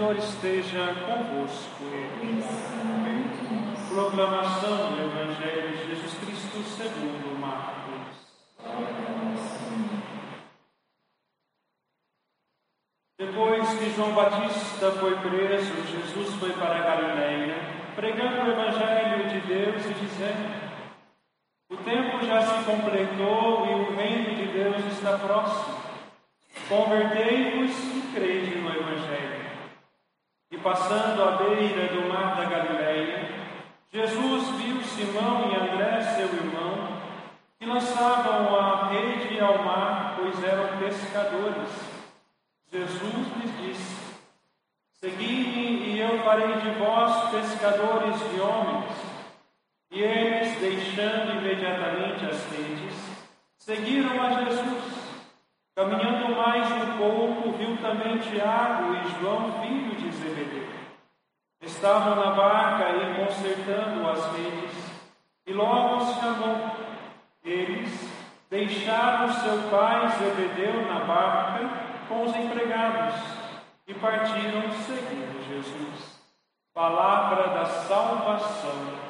Senhor esteja convosco. Proclamação do Evangelho de Jesus Cristo segundo Marcos. Depois que João Batista foi preso, Jesus foi para a Galileia, pregando o Evangelho de Deus e dizendo: o tempo já se completou e o reino de Deus está próximo. Convertei-vos e crede no Evangelho. E passando à beira do mar da Galileia, Jesus viu Simão e André, seu irmão, que lançavam a rede ao mar, pois eram pescadores. Jesus lhes disse: segui-me e eu farei de vós pescadores de homens. E eles, deixando imediatamente as redes, seguiram a Jesus. Caminhando mais um pouco, viu também Tiago e João, filho de Zebedeu. Estavam na barca e consertando as redes, e logo os chamou. Eles deixaram seu pai Zebedeu na barca com os empregados e partiram seguindo Jesus. Palavra da salvação.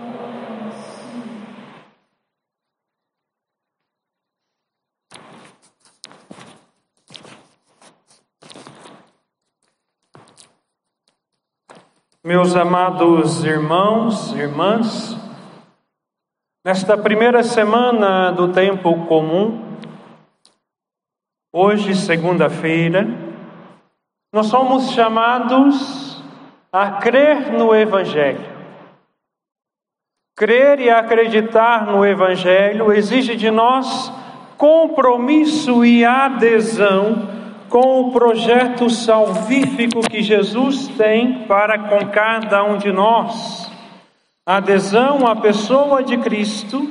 Meus amados irmãos e irmãs, nesta primeira semana do tempo comum, hoje, segunda-feira, nós somos chamados a crer no Evangelho. Crer e acreditar no Evangelho exige de nós compromisso e adesão com o projeto salvífico que Jesus tem para com cada um de nós. Adesão à pessoa de Cristo,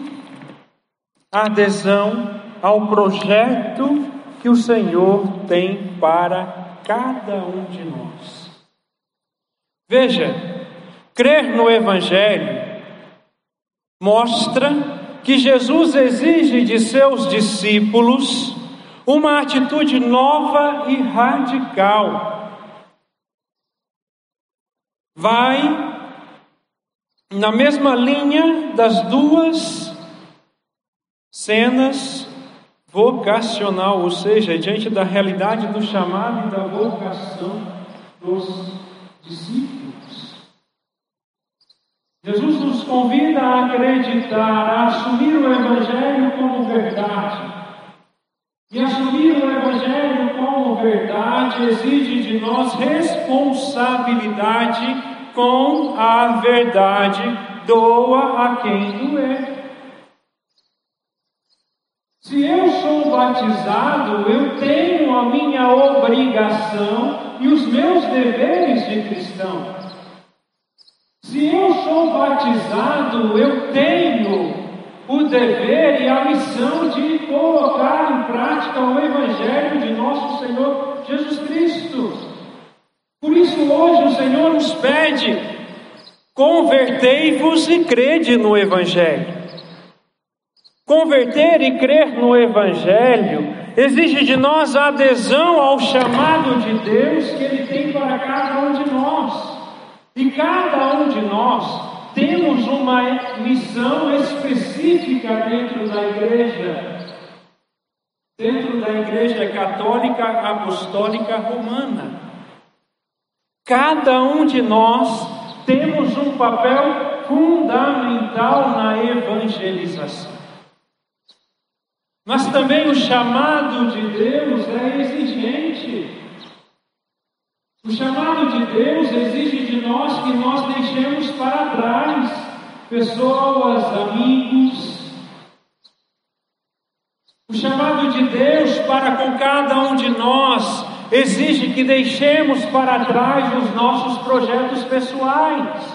adesão ao projeto que o Senhor tem para cada um de nós. Veja, crer no Evangelho mostra que Jesus exige de seus discípulos uma atitude nova e radical. Vai na mesma linha das duas cenas vocacional, ou seja, diante da realidade do chamado e da vocação dos discípulos. Jesus nos convida a acreditar, a assumir o Evangelho como verdade. E assumir o Evangelho como verdade exige de nós responsabilidade com a verdade, doa a quem doer. Se eu sou batizado, eu tenho a minha obrigação e os meus deveres de cristão. Se eu sou batizado, eu tenho o dever e a missão de colocar em prática o Evangelho de nosso Senhor Jesus Cristo. Por isso hoje o Senhor nos pede: convertei-vos e crede no Evangelho. Converter e crer no Evangelho exige de nós a adesão ao chamado de Deus que Ele tem para cada um de nós. E cada um de nós temos uma missão específica dentro da Igreja Católica Apostólica Romana. Cada um de nós temos um papel fundamental na evangelização. Mas também o chamado de Deus é exigente. O chamado de Deus exige de nós que nós deixemos para trás pessoas, amigos. O chamado de Deus para com cada um de nós exige que deixemos para trás os nossos projetos pessoais.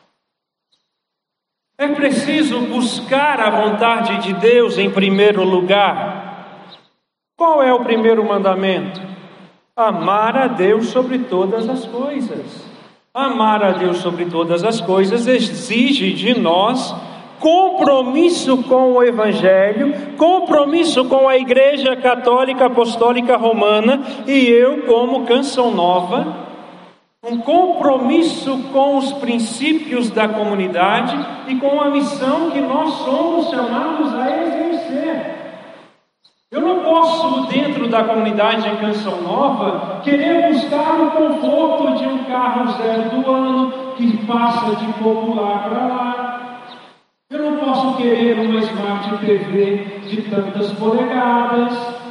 É preciso buscar a vontade de Deus em primeiro lugar. Qual é o primeiro mandamento? Amar a Deus sobre todas as coisas. Amar a Deus sobre todas as coisas exige de nós compromisso com o Evangelho, compromisso com a Igreja Católica Apostólica Romana, e eu, como Canção Nova, um compromisso com os princípios da comunidade e com a missão que nós somos chamados a exercer. Eu não posso, dentro da comunidade de Canção Nova, querer buscar o conforto de um carro zero do ano que passa de popular para lá. Eu não posso querer uma Smart TV de tantas polegadas.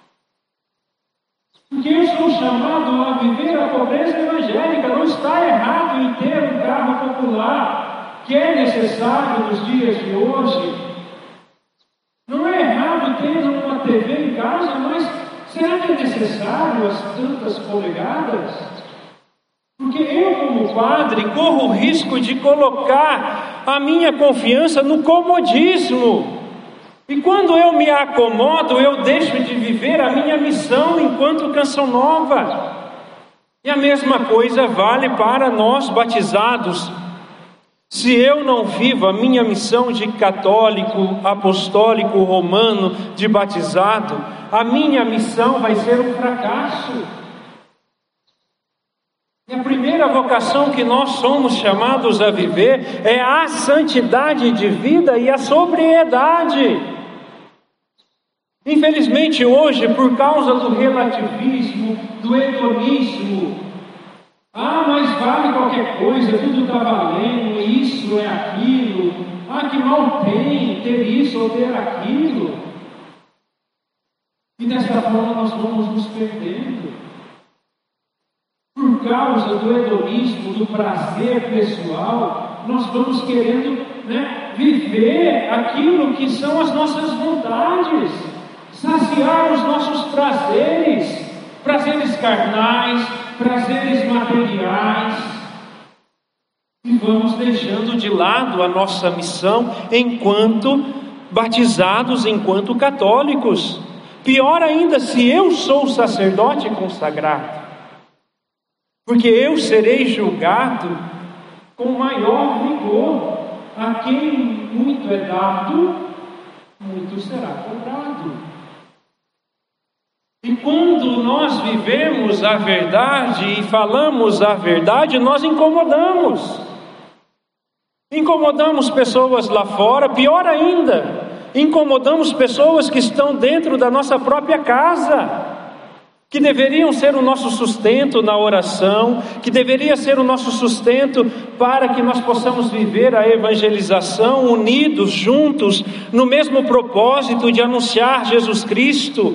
Porque eu sou chamado a viver a pobreza evangélica. Não está errado em ter um carro popular, que é necessário nos dias de hoje. Não é errado ter uma TV em casa, mas será que é necessário as tantas polegadas? Porque eu, como padre, corro o risco de colocar a minha confiança no comodismo. E quando eu me acomodo, eu deixo de viver a minha missão enquanto Canção Nova. E a mesma coisa vale para nós batizados. Se eu não vivo a minha missão de católico, apostólico, romano, de batizado, a minha missão vai ser um fracasso. E a primeira vocação que nós somos chamados a viver é a santidade de vida e a sobriedade. Infelizmente hoje, por causa do relativismo, do hedonismo, mas vale qualquer coisa, tudo está valendo, isso é aquilo, que mal tem ter isso ou ter aquilo. E dessa forma nós vamos nos perdendo. Por causa do hedonismo, do prazer pessoal, nós vamos querendo viver aquilo que são as nossas vontades, saciar os nossos prazeres carnais, prazeres materiais, e vamos deixando de lado a nossa missão enquanto batizados, enquanto católicos. Pior ainda, se eu sou sacerdote consagrado, porque eu serei julgado com maior rigor. A quem muito é dado, muito será cobrado. E quando nós vivemos a verdade e falamos a verdade, nós incomodamos. Incomodamos pessoas lá fora, pior ainda, incomodamos pessoas que estão dentro da nossa própria casa, que deveriam ser o nosso sustento na oração, que deveria ser o nosso sustento para que nós possamos viver a evangelização unidos, juntos, no mesmo propósito de anunciar Jesus Cristo.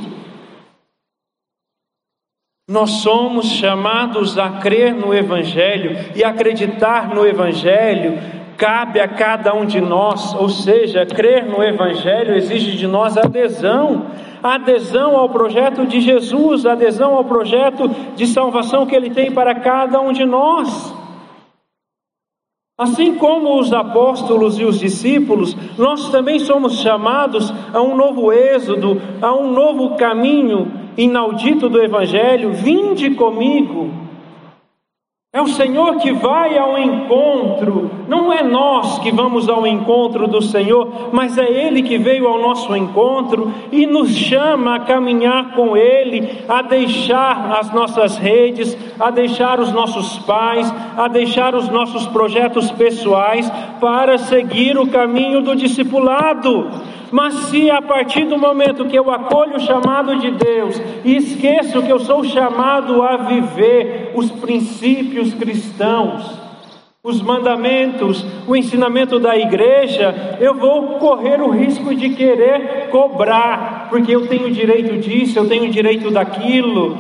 Nós somos chamados a crer no Evangelho e acreditar no Evangelho cabe a cada um de nós, ou seja, crer no Evangelho exige de nós adesão ao projeto de Jesus, adesão ao projeto de salvação que Ele tem para cada um de nós. Assim como os apóstolos e os discípulos, nós também somos chamados a um novo êxodo, a um novo caminho inaudito do Evangelho. Vinde comigo. É o Senhor que vai ao encontro, não é nós que vamos ao encontro do Senhor, mas é Ele que veio ao nosso encontro e nos chama a caminhar com Ele, a deixar as nossas redes, a deixar os nossos pais, a deixar os nossos projetos pessoais para seguir o caminho do discipulado. Mas se a partir do momento que eu acolho o chamado de Deus e esqueço que eu sou chamado a viver os princípios cristãos, os mandamentos, o ensinamento da igreja, eu vou correr o risco de querer cobrar, porque eu tenho direito disso, eu tenho direito daquilo.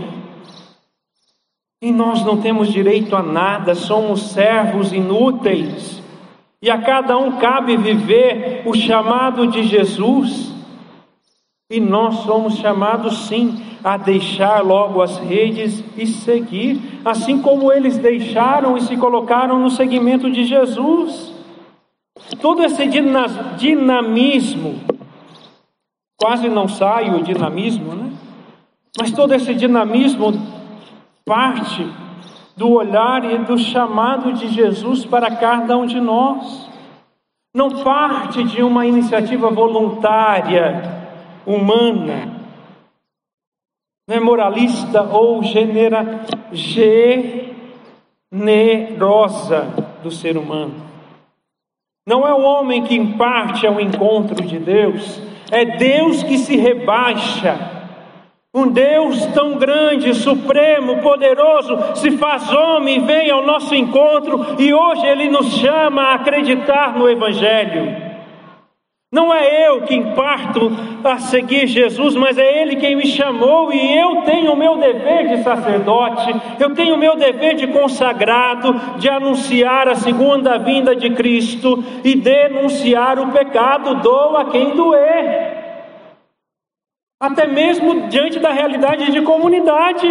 E nós não temos direito a nada, somos servos inúteis. E a cada um cabe viver o chamado de Jesus. E nós somos chamados sim a deixar logo as redes e seguir, assim como eles deixaram e se colocaram no seguimento de Jesus. Todo esse dinamismo, quase não sai o dinamismo, né? Mas todo esse dinamismo parte do olhar e do chamado de Jesus para cada um de nós. Não parte de uma iniciativa voluntária, humana, não é moralista ou generosa do ser humano. Não é o homem que parte ao encontro de Deus, é Deus que se rebaixa. Um Deus tão grande, supremo, poderoso, se faz homem, vem ao nosso encontro e hoje Ele nos chama a acreditar no Evangelho. Não é eu quem parto a seguir Jesus, mas é Ele quem me chamou, e eu tenho o meu dever de sacerdote, eu tenho o meu dever de consagrado, de anunciar a segunda vinda de Cristo e denunciar o pecado, doa quem doer. Até mesmo diante da realidade de comunidade.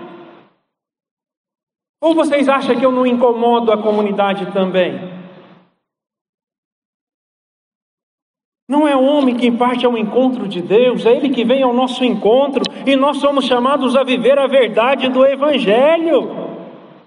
Ou vocês acham que eu não incomodo a comunidade também? Não é o homem que parte ao encontro de Deus, é Ele que vem ao nosso encontro, e nós somos chamados a viver a verdade do Evangelho.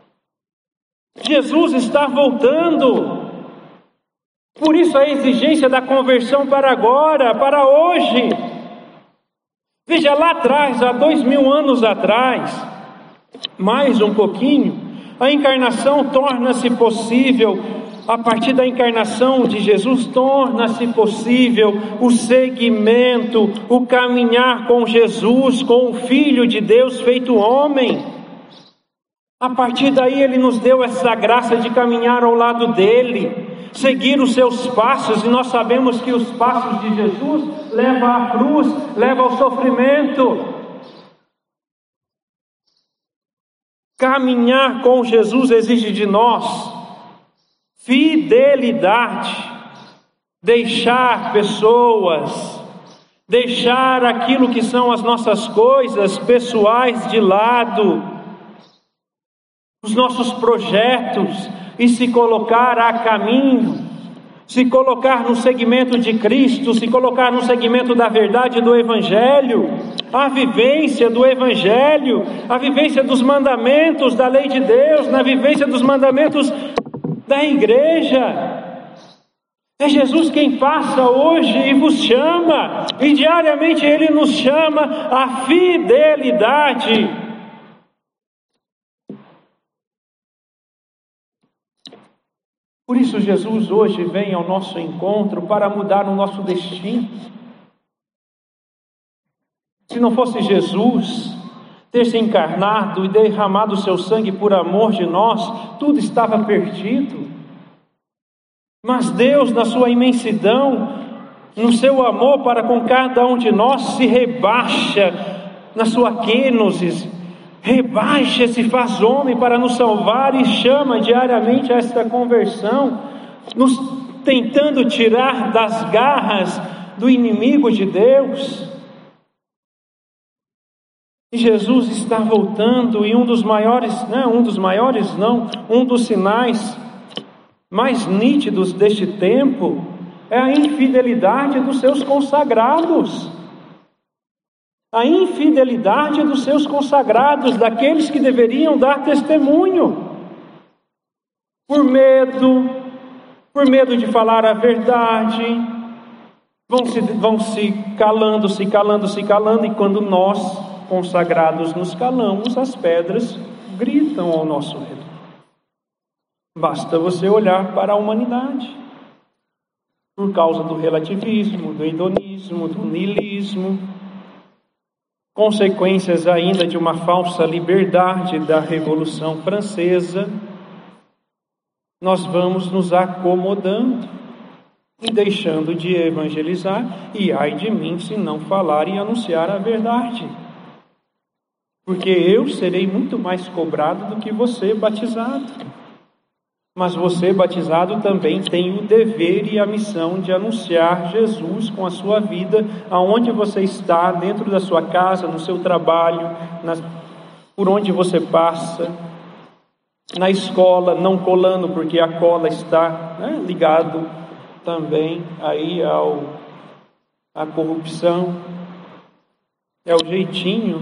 Jesus está voltando. Por isso a exigência da conversão para agora, para hoje. Veja, lá atrás, há 2000 anos atrás, mais um pouquinho, a encarnação torna-se possível. A partir da encarnação de Jesus, torna-se possível o seguimento, o caminhar com Jesus, com o Filho de Deus feito homem. A partir daí Ele nos deu essa graça de caminhar ao lado dEle, seguir os seus passos, e nós sabemos que os passos de Jesus levam à cruz, levam ao sofrimento. Caminhar com Jesus exige de nós fidelidade, deixar pessoas, deixar aquilo que são as nossas coisas pessoais de lado, os nossos projetos, e se colocar a caminho, se colocar no segmento de Cristo, se colocar no segmento da verdade do Evangelho, a vivência do Evangelho, a vivência dos mandamentos da lei de Deus, na vivência dos mandamentos da igreja. É Jesus quem passa hoje e vos chama, e diariamente Ele nos chama à fidelidade. Por isso Jesus hoje vem ao nosso encontro para mudar o nosso destino. Se não fosse Jesus ter se encarnado e derramado o seu sangue por amor de nós, tudo estava perdido. Mas Deus, na sua imensidão, no seu amor para com cada um de nós, se rebaixa na sua kenosis, rebaixa, se faz homem para nos salvar e chama diariamente a esta conversão, nos tentando tirar das garras do inimigo de Deus. E Jesus está voltando, e um dos sinais mais nítidos deste tempo é a infidelidade dos seus consagrados. A infidelidade dos seus consagrados, daqueles que deveriam dar testemunho. Por medo de falar a verdade, vão se calando, e quando nós, consagrados, nos calamos, as pedras gritam ao nosso redor. Basta você olhar para a humanidade, por causa do relativismo, do hedonismo, do niilismo, consequências ainda de uma falsa liberdade da Revolução Francesa. Nós vamos nos acomodando e deixando de evangelizar, e ai de mim se não falar e anunciar a verdade, porque eu serei muito mais cobrado do que você batizado. Mas você batizado também tem o dever e a missão de anunciar Jesus com a sua vida, aonde você está, dentro da sua casa, no seu trabalho, por onde você passa, na escola, não colando, porque a cola está ligado também aí à corrupção, é o jeitinho,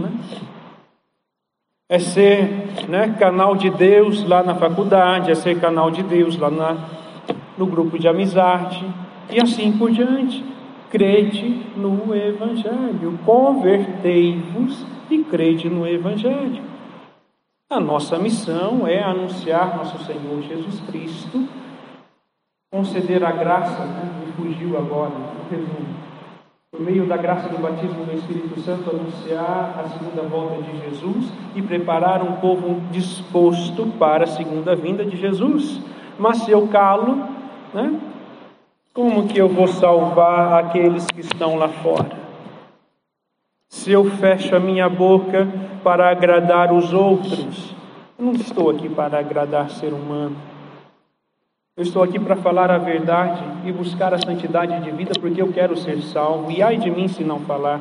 é ser canal de Deus lá na faculdade, é ser canal de Deus lá no grupo de amizade, e assim por diante. Crede no Evangelho, convertei-vos e crede no Evangelho. A nossa missão é anunciar nosso Senhor Jesus Cristo, conceder a graça, me fugiu agora, no resumo, por meio da graça do batismo do Espírito Santo, anunciar a segunda volta de Jesus e preparar um povo disposto para a segunda vinda de Jesus. Mas se eu calo, como que eu vou salvar aqueles que estão lá fora? Se eu fecho a minha boca para agradar os outros, eu não estou aqui para agradar ser humano. Eu estou aqui para falar a verdade e buscar a santidade de vida porque eu quero ser salvo. E ai de mim se não falar.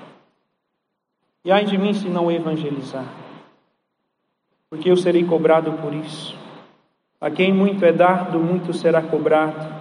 E ai de mim se não evangelizar. Porque eu serei cobrado por isso. A quem muito é dado, muito será cobrado.